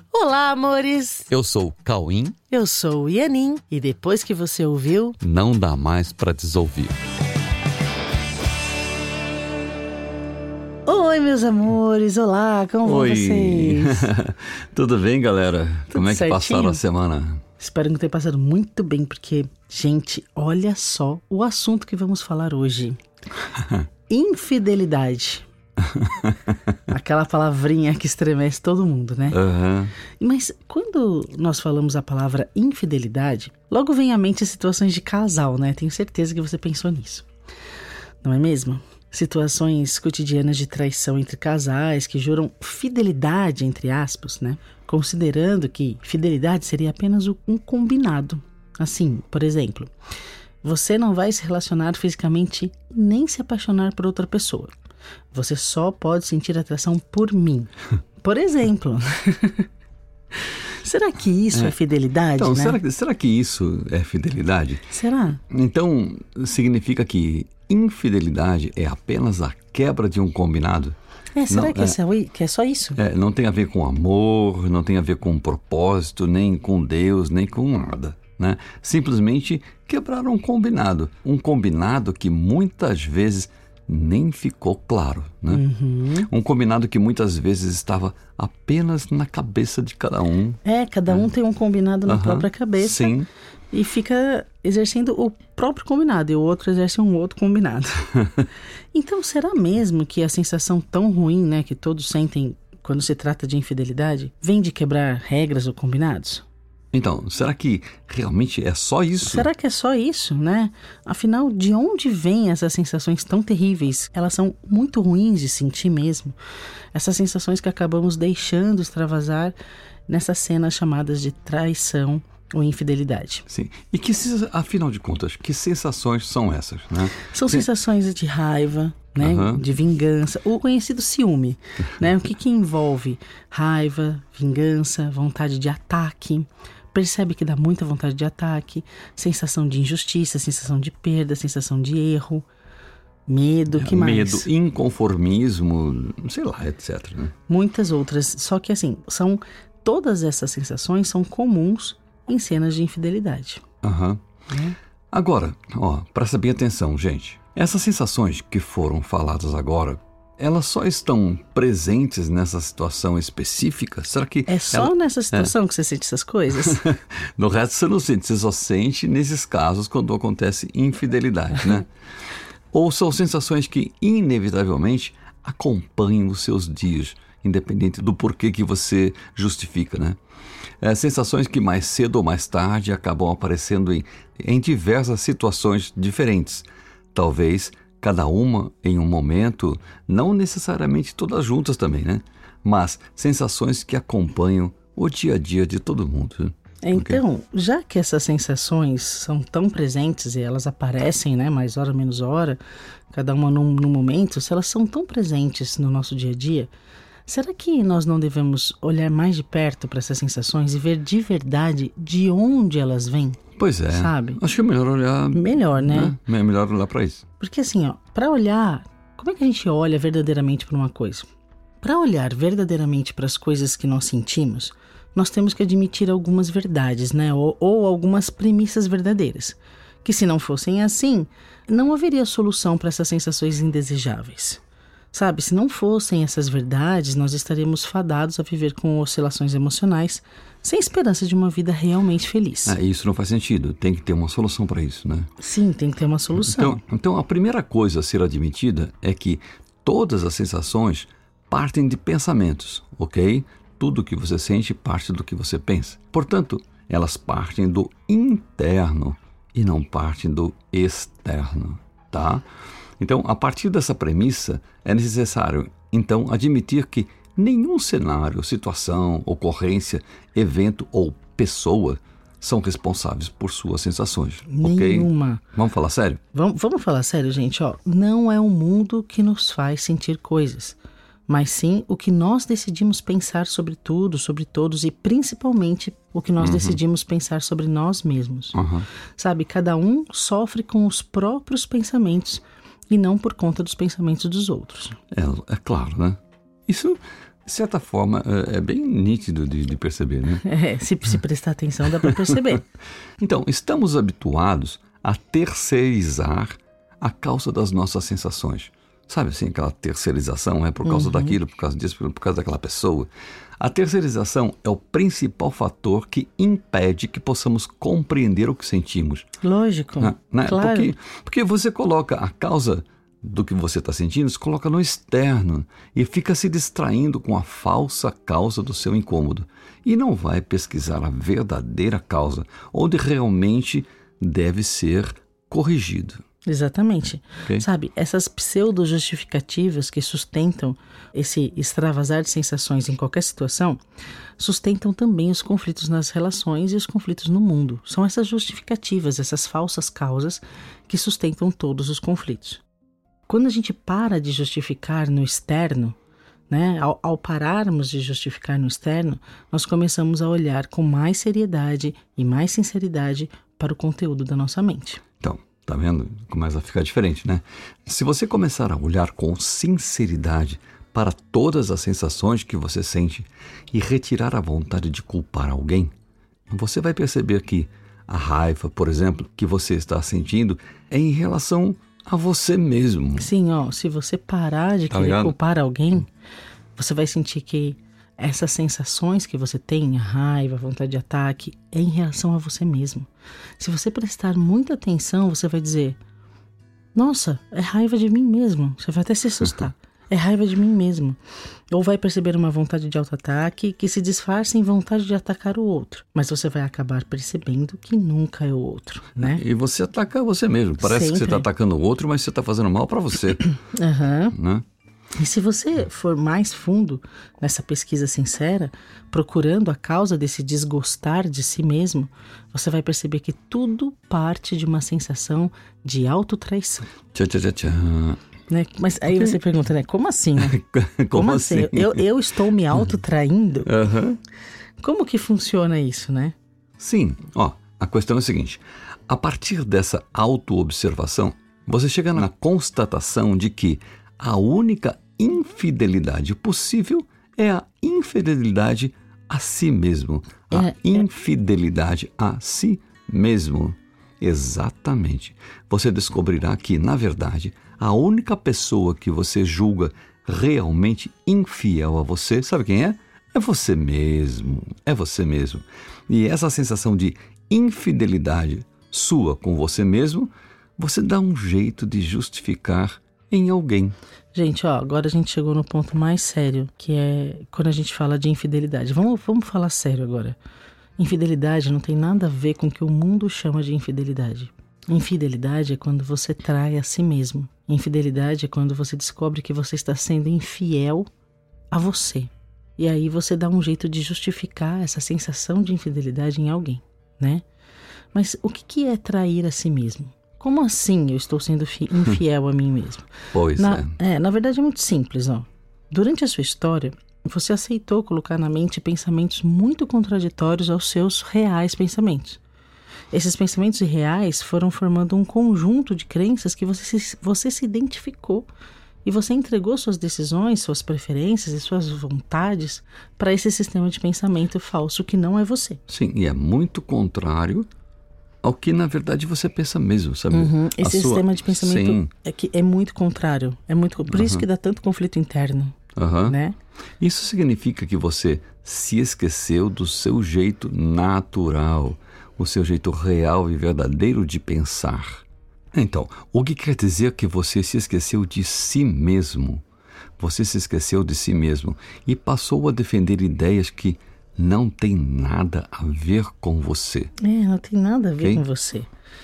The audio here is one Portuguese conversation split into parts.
Olá, amores! Eu sou o Cauim. Eu sou o Ianin. E depois que você ouviu, não dá mais pra desouvir. Oi, meus amores! Olá, como vão vocês? Tudo bem, galera? Como é que certinho? passaram a semana? Espero que tenha passado muito bem, porque, gente, olha só o assunto que vamos falar hoje. Infidelidade. Aquela palavrinha que estremece todo mundo, né? Uhum. Mas quando nós falamos a palavra infidelidade, logo vem à mente as situações de casal, né? Tenho certeza que você pensou nisso. Não é mesmo? Situações cotidianas de traição entre casais que juram fidelidade, entre aspas, né? Considerando que fidelidade seria apenas um combinado. Assim, por exemplo, você não vai se relacionar fisicamente nem se apaixonar por outra pessoa. Você só pode sentir atração por mim. Por exemplo. Será que isso é fidelidade, então, né? será que isso é fidelidade? Será? Então, significa que infidelidade é apenas a quebra de um combinado? Será Não, que é só isso? Não tem a ver com amor, não tem a ver com propósito, nem com Deus, nem com nada, né? Simplesmente quebraram um combinado. Um combinado que muitas vezes nem ficou claro, né? Uhum. Um combinado que muitas vezes estava apenas na cabeça de cada um. Cada um tem um combinado na própria cabeça. Sim. E fica exercendo o próprio combinado e o outro exerce um outro combinado. Então, será mesmo que a sensação tão ruim, né, que todos sentem quando se trata de infidelidade, vem de quebrar regras ou combinados? Então, será que realmente é só isso? Será que é só isso, né? Afinal, de onde vêm essas sensações tão terríveis? Elas são muito ruins de sentir mesmo. Essas sensações que acabamos deixando extravasar nessas cenas chamadas de traição ou infidelidade. Sim. E afinal de contas, que sensações são essas, né? São sensações de raiva, né? De vingança, o conhecido ciúme, né? O que envolve raiva, vingança, vontade de ataque. Percebe que dá muita vontade de ataque, sensação de injustiça, sensação de perda, sensação de erro, medo, que mais? Medo, inconformismo, sei lá, etc, né? Muitas outras, só que assim, todas essas sensações são comuns em cenas de infidelidade. Agora, presta bem atenção, gente. Essas sensações que foram faladas agora, elas só estão presentes nessa situação específica? Será que... É só nessa situação que você sente essas coisas? No resto você não sente, você só sente nesses casos quando acontece infidelidade, né? Ou são sensações que inevitavelmente acompanham os seus dias, independente do porquê que você justifica, né? Sensações que mais cedo ou mais tarde acabam aparecendo em diversas situações diferentes. Talvez cada uma em um momento, não necessariamente todas juntas também, né? Mas sensações que acompanham o dia a dia de todo mundo. Né? Então, já que essas sensações são tão presentes e elas aparecem, né, mais hora menos hora, cada uma num momento, se elas são tão presentes no nosso dia a dia, será que nós não devemos olhar mais de perto para essas sensações e ver de verdade de onde elas vêm? Pois é. Sabe? Acho que é melhor olhar... Melhor, né? É melhor olhar para isso. Porque assim, para olhar... Como é que a gente olha verdadeiramente para uma coisa? Para olhar verdadeiramente para as coisas que nós sentimos, nós temos que admitir algumas verdades, né? Ou algumas premissas verdadeiras. Que se não fossem assim, não haveria solução para essas sensações indesejáveis. Sabe, se não fossem essas verdades, nós estaríamos fadados a viver com oscilações emocionais, sem esperança de uma vida realmente feliz. Isso não faz sentido. Tem que ter uma solução para isso, né? Sim, tem que ter uma solução. Então, a primeira coisa a ser admitida é que todas as sensações partem de pensamentos, ok? Tudo que você sente parte do que você pensa. Portanto, elas partem do interno e não partem do externo, tá? Então, a partir dessa premissa, é necessário, então, admitir que nenhum cenário, situação, ocorrência, evento ou pessoa são responsáveis por suas sensações, Nenhuma. Ok? Vamos falar sério? Vamos falar sério, gente. Não é o mundo que nos faz sentir coisas, mas sim o que nós decidimos pensar sobre tudo, sobre todos e principalmente o que nós decidimos pensar sobre nós mesmos. Sabe, cada um sofre com os próprios pensamentos e não por conta dos pensamentos dos outros. É claro, né? Isso de certa forma, é bem nítido de perceber, né? Se prestar atenção dá para perceber. Então, estamos habituados a terceirizar a causa das nossas sensações. Sabe assim, aquela terceirização é por causa daquilo, por causa disso, por causa daquela pessoa. A terceirização é o principal fator que impede que possamos compreender o que sentimos. Lógico, né? Claro. Porque você coloca a causa do que você está sentindo, se coloca no externo e fica se distraindo com a falsa causa do seu incômodo. E não vai pesquisar a verdadeira causa, onde realmente deve ser corrigido. Exatamente. Okay. Sabe, essas pseudo-justificativas que sustentam esse extravasar de sensações em qualquer situação, sustentam também os conflitos nas relações e os conflitos no mundo. São essas justificativas, essas falsas causas que sustentam todos os conflitos. Quando a gente para de justificar no externo, né, ao pararmos de justificar no externo, nós começamos a olhar com mais seriedade e mais sinceridade para o conteúdo da nossa mente. Então, tá vendo? Começa a ficar diferente, né? Se você começar a olhar com sinceridade para todas as sensações que você sente e retirar a vontade de culpar alguém, você vai perceber que a raiva, por exemplo, que você está sentindo é em relação a você mesmo. Sim, se você parar de querer culpar alguém, você vai sentir que essas sensações que você tem, a raiva, a vontade de ataque, é em relação a você mesmo. Se você prestar muita atenção, você vai dizer, nossa, é raiva de mim mesmo. Você vai até se assustar. É raiva de mim mesmo. Ou vai perceber uma vontade de auto-ataque que se disfarça em vontade de atacar o outro. Mas você vai acabar percebendo que nunca é o outro, né? E você ataca você mesmo. Parece que você está atacando o outro, mas você está fazendo mal para você. Né? E se você for mais fundo nessa pesquisa sincera, procurando a causa desse desgostar de si mesmo, você vai perceber que tudo parte de uma sensação de autotraição. Né? Mas aí você pergunta, né? Como assim, né? Como assim? Eu estou me autotraindo? Como que funciona isso, né? Sim, a questão é a seguinte. A partir dessa autoobservação, você chega na constatação de que a única infidelidade possível é a infidelidade a si mesmo. Infidelidade a si mesmo. Exatamente. Você descobrirá que, na verdade, a única pessoa que você julga realmente infiel a você, sabe quem é? É você mesmo. É você mesmo. E essa sensação de infidelidade sua com você mesmo, você dá um jeito de justificar em alguém. Gente, agora a gente chegou no ponto mais sério, que é quando a gente fala de infidelidade. Vamos falar sério agora. Infidelidade não tem nada a ver com o que o mundo chama de infidelidade. Infidelidade é quando você trai a si mesmo. Infidelidade é quando você descobre que você está sendo infiel a você. E aí você dá um jeito de justificar essa sensação de infidelidade em alguém, né? Mas o que é trair a si mesmo? Como assim eu estou sendo infiel a mim mesmo? Na verdade é muito simples, Durante a sua história, você aceitou colocar na mente pensamentos muito contraditórios aos seus reais pensamentos. Esses pensamentos irreais foram formando um conjunto de crenças que você se identificou e você entregou suas decisões, suas preferências e suas vontades para esse sistema de pensamento falso que não é você. Sim, e é muito contrário ao que, na verdade, você pensa mesmo, sabe? Esse sistema de pensamento é muito contrário. Por isso que dá tanto conflito interno, né? Isso significa que você se esqueceu do seu jeito natural, o seu jeito real e verdadeiro de pensar. Então, o que quer dizer que você se esqueceu de si mesmo? Você se esqueceu de si mesmo e passou a defender ideias que não tem nada a ver com você. Não tem nada a ver com você.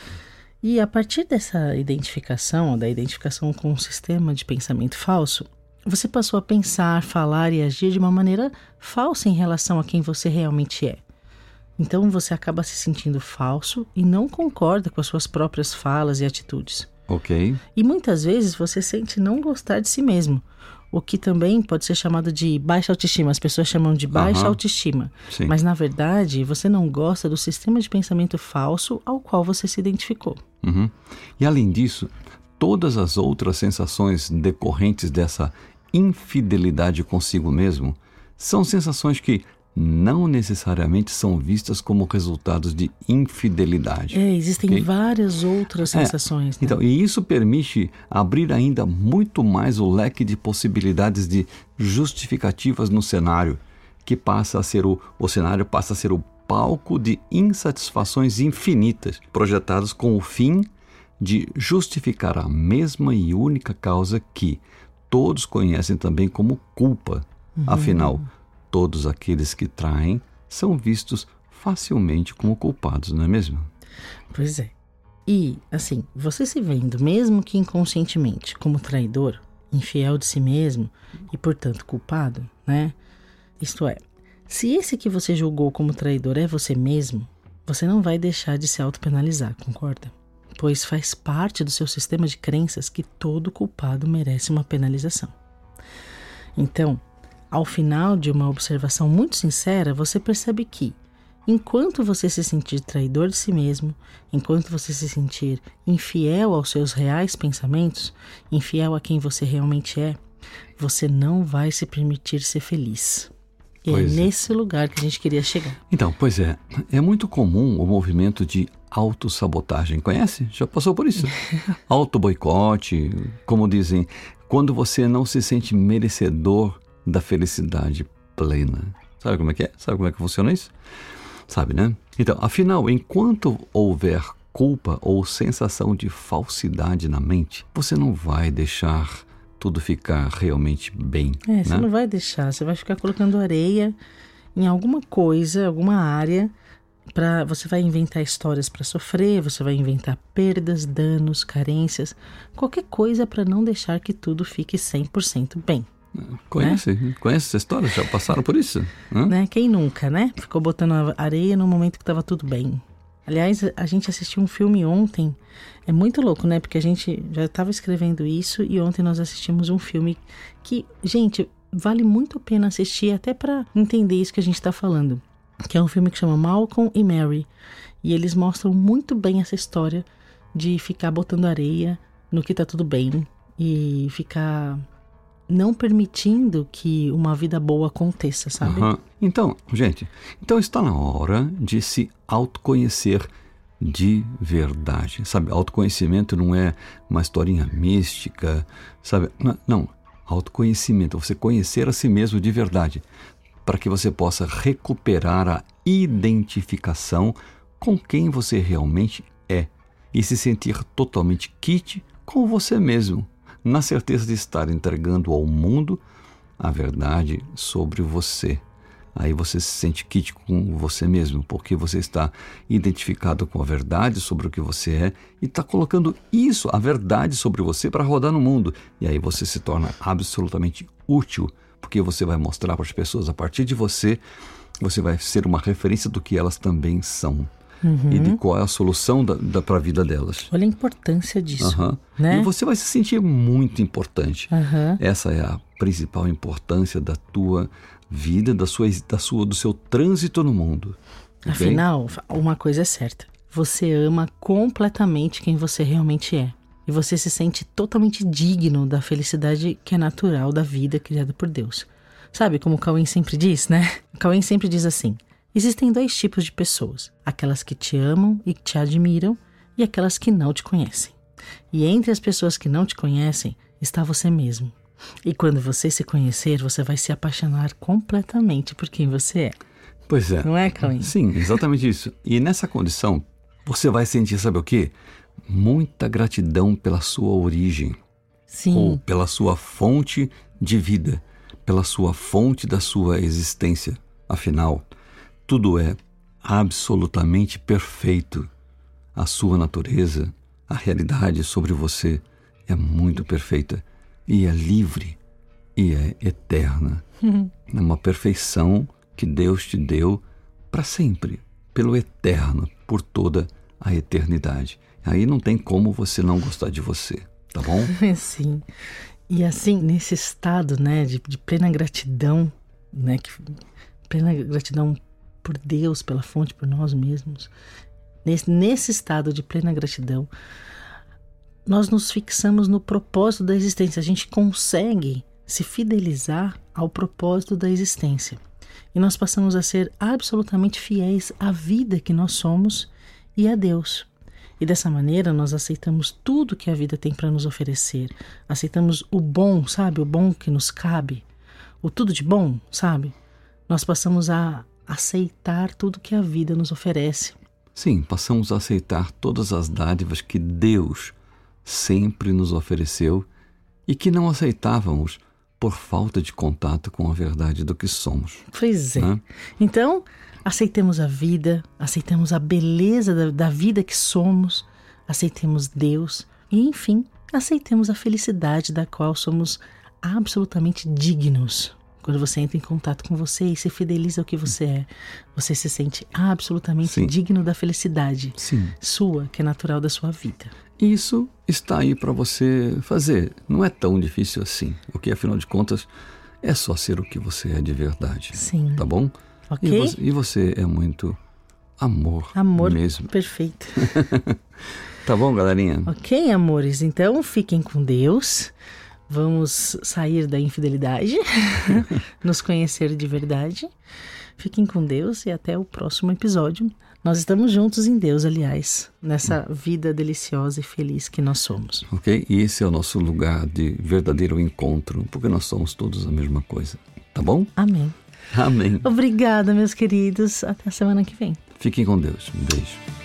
E a partir dessa identificação, da identificação com um sistema de pensamento falso, você passou a pensar, falar e agir de uma maneira falsa em relação a quem você realmente é. Então você acaba se sentindo falso e não concorda com as suas próprias falas e atitudes. Ok. E muitas vezes você sente não gostar de si mesmo, o que também pode ser chamado de baixa autoestima. As pessoas chamam de baixa autoestima. Sim. Mas, na verdade, você não gosta do sistema de pensamento falso ao qual você se identificou. E, além disso, todas as outras sensações decorrentes dessa infidelidade consigo mesmo são sensações que não necessariamente são vistas como resultados de infidelidade. Existem várias outras sensações. Né? Então, e isso permite abrir ainda muito mais o leque de possibilidades de justificativas no cenário, que passa a ser o cenário passa a ser o palco de insatisfações infinitas, projetadas com o fim de justificar a mesma e única causa que todos conhecem também como culpa. Afinal, todos aqueles que traem são vistos facilmente como culpados, não é mesmo? Pois é. E, assim, você se vendo, mesmo que inconscientemente, como traidor, infiel de si mesmo e, portanto, culpado, né? Isto é, se esse que você julgou como traidor é você mesmo, você não vai deixar de se autopenalizar, concorda? Pois faz parte do seu sistema de crenças que todo culpado merece uma penalização. Então, ao final de uma observação muito sincera, você percebe que, enquanto você se sentir traidor de si mesmo, enquanto você se sentir infiel aos seus reais pensamentos, infiel a quem você realmente é, você não vai se permitir ser feliz. E nesse lugar que a gente queria chegar. Então, pois é. É muito comum o movimento de autossabotagem. Conhece? Já passou por isso? Auto-boicote, como dizem, quando você não se sente merecedor da felicidade plena. Sabe como é que é? Sabe como é que funciona isso? Sabe, né? Então, afinal, enquanto houver culpa ou sensação de falsidade na mente, você não vai deixar tudo ficar realmente bem. Você não vai deixar, você vai ficar colocando areia em alguma coisa, alguma área, você vai inventar histórias para sofrer, você vai inventar perdas, danos, carências, qualquer coisa para não deixar que tudo fique 100% bem. Conhece essa história? Já passaram por isso? Né? Quem nunca, né? Ficou botando areia no momento que estava tudo bem. Aliás, a gente assistiu um filme ontem. É muito louco, né? Porque a gente já estava escrevendo isso e ontem nós assistimos um filme que, gente, vale muito a pena assistir até para entender isso que a gente está falando. Que é um filme que chama Malcolm e Mary. E eles mostram muito bem essa história de ficar botando areia no que tá tudo bem e ficar não permitindo que uma vida boa aconteça, sabe? Então, gente, está na hora de se autoconhecer de verdade, sabe? Autoconhecimento não é uma historinha mística, sabe? Não, autoconhecimento, você conhecer a si mesmo de verdade, para que você possa recuperar a identificação com quem você realmente é e se sentir totalmente quite com você mesmo, na certeza de estar entregando ao mundo a verdade sobre você. Aí você se sente quite com você mesmo, porque você está identificado com a verdade sobre o que você é e está colocando isso, a verdade sobre você, para rodar no mundo. E aí você se torna absolutamente útil, porque você vai mostrar para as pessoas, a partir de você, você vai ser uma referência do que elas também são. E de qual é a solução para a vida delas. Olha a importância disso. Né? E você vai se sentir muito importante. Essa é a principal importância da tua vida, do seu trânsito no mundo. Okay? Afinal, uma coisa é certa. Você ama completamente quem você realmente é. E você se sente totalmente digno da felicidade que é natural da vida criada por Deus. Sabe como o Cauê sempre diz, né? O Cauê sempre diz assim: existem 2 tipos de pessoas, aquelas que te amam e que te admiram e aquelas que não te conhecem. E entre as pessoas que não te conhecem está você mesmo. E quando você se conhecer, você vai se apaixonar completamente por quem você é. Pois é. Não é, Cauê? Sim, exatamente isso. E nessa condição, você vai sentir, sabe o quê? Muita gratidão pela sua origem. Sim. Ou pela sua fonte de vida, pela sua fonte da sua existência. Afinal, tudo é absolutamente perfeito. A sua natureza, a realidade sobre você é muito perfeita e é livre e é eterna. É uma perfeição que Deus te deu para sempre, pelo eterno, por toda a eternidade. Aí não tem como você não gostar de você, tá bom? Sim. E assim, nesse estado, né, de plena gratidão, né, plena gratidão por Deus, pela fonte, por nós mesmos. Nesse estado de plena gratidão, nós nos fixamos no propósito da existência. A gente consegue se fidelizar ao propósito da existência. E nós passamos a ser absolutamente fiéis à vida que nós somos e a Deus. E dessa maneira nós aceitamos tudo que a vida tem para nos oferecer. Aceitamos o bom, sabe? O bom que nos cabe. O tudo de bom, sabe? Nós passamos a aceitar tudo que a vida nos oferece. Sim, passamos a aceitar todas as dádivas que Deus sempre nos ofereceu e que não aceitávamos por falta de contato com a verdade do que somos. Pois é. Né? Então, aceitemos a vida, aceitemos a beleza da vida que somos, aceitemos Deus e, enfim, aceitemos a felicidade da qual somos absolutamente dignos. Quando você entra em contato com você e se fideliza ao que você é, você se sente absolutamente digno da felicidade sua, que é natural da sua vida. Isso está aí para você fazer. Não é tão difícil assim. O que, afinal de contas, é só ser o que você é de verdade. Sim. Tá bom? Ok. E você é muito amor mesmo. Perfeito. Tá bom, galerinha? Ok, amores. Então, fiquem com Deus. Vamos sair da infidelidade, nos conhecer de verdade. Fiquem com Deus e até o próximo episódio. Nós estamos juntos em Deus, aliás, nessa vida deliciosa e feliz que nós somos. Ok? E esse é o nosso lugar de verdadeiro encontro, porque nós somos todos a mesma coisa. Tá bom? Amém. Amém. Obrigada, meus queridos. Até a semana que vem. Fiquem com Deus. Um beijo.